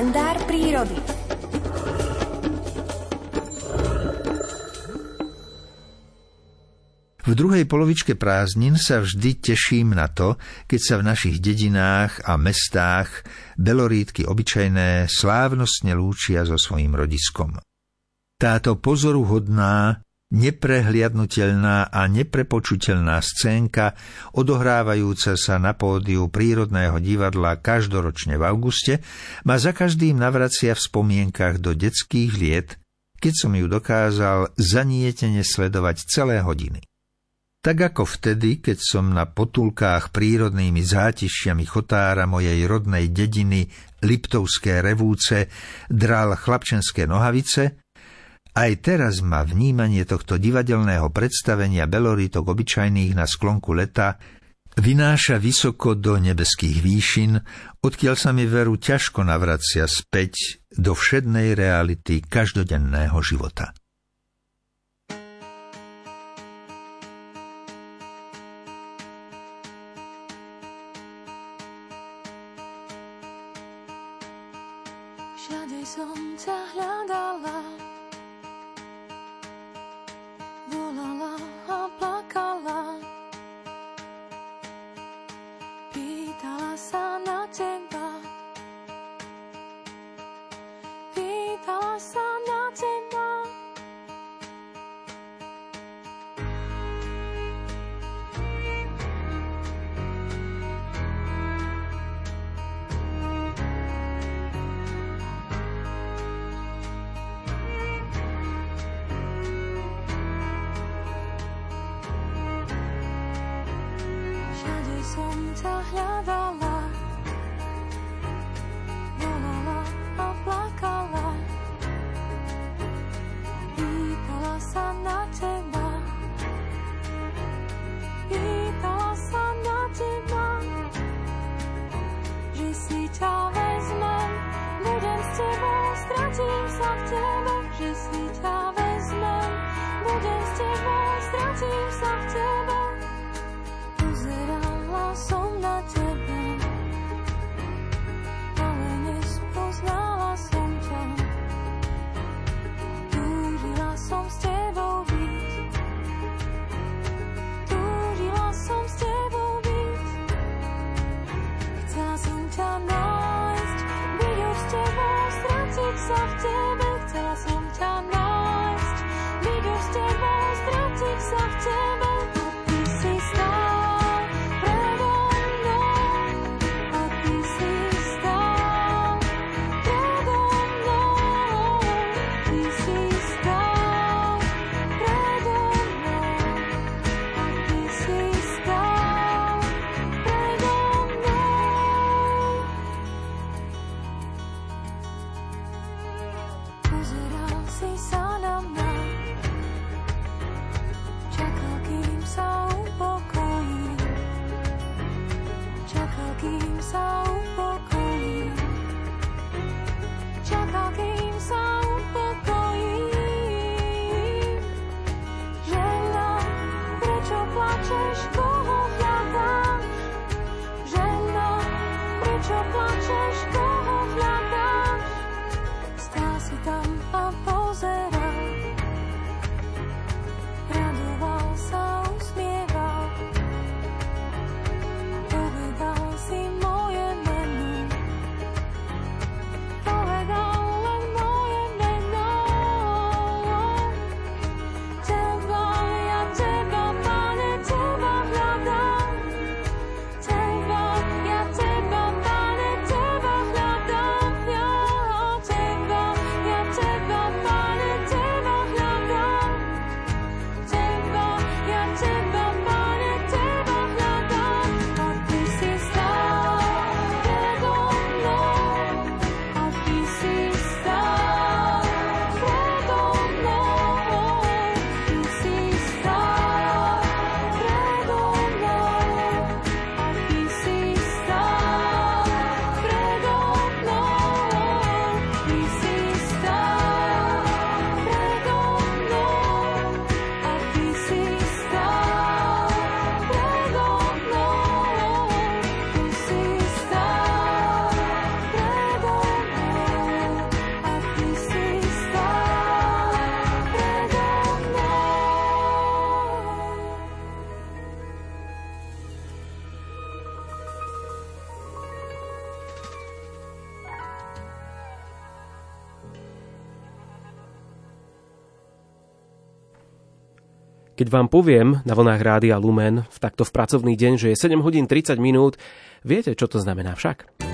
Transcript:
kalendár prírody. V druhej polovičke prázdnin sa vždy teším na to, keď sa v našich dedinách a mestách belorítky obyčajné slávnostne lúčia so svojím rodiskom. Táto pozoruhodná, neprehliadnutelná a neprepočuteľná scénka, odohrávajúca sa na pódiu Prírodného divadla každoročne v auguste, ma za každým navracia v spomienkach do detských liet, keď som ju dokázal zanietene sledovať celé hodiny. Tak ako vtedy, keď som na potulkách prírodnými zátišiami chotára mojej rodnej dediny Liptovské Revúce dral chlapčenské nohavice, aj teraz ma vnímanie tohto divadelného predstavenia belorítok obyčajných na sklonku leta vynáša vysoko do nebeských výšin, odkiaľ sa mi veru ťažko navracia späť do všednej reality každodenného života. Všade som ťa hľadala, volala a plakala, pýtala sa na teba, pýtala sa na teba. Všade som ťa hľadala, volala a plakala, pýtala sa na teba, pýtala sa na teba, že si ťa vezmem, budem s tebou, stratím sa v tebe, že si ťa vezmem, budem s tebou, stratím sa v tebe. Pozerala som na teba, Keď vám poviem na vlnách Rádia Lumen takto v pracovný deň, že je 7 hodín 30 minút, viete, čo to znamená však?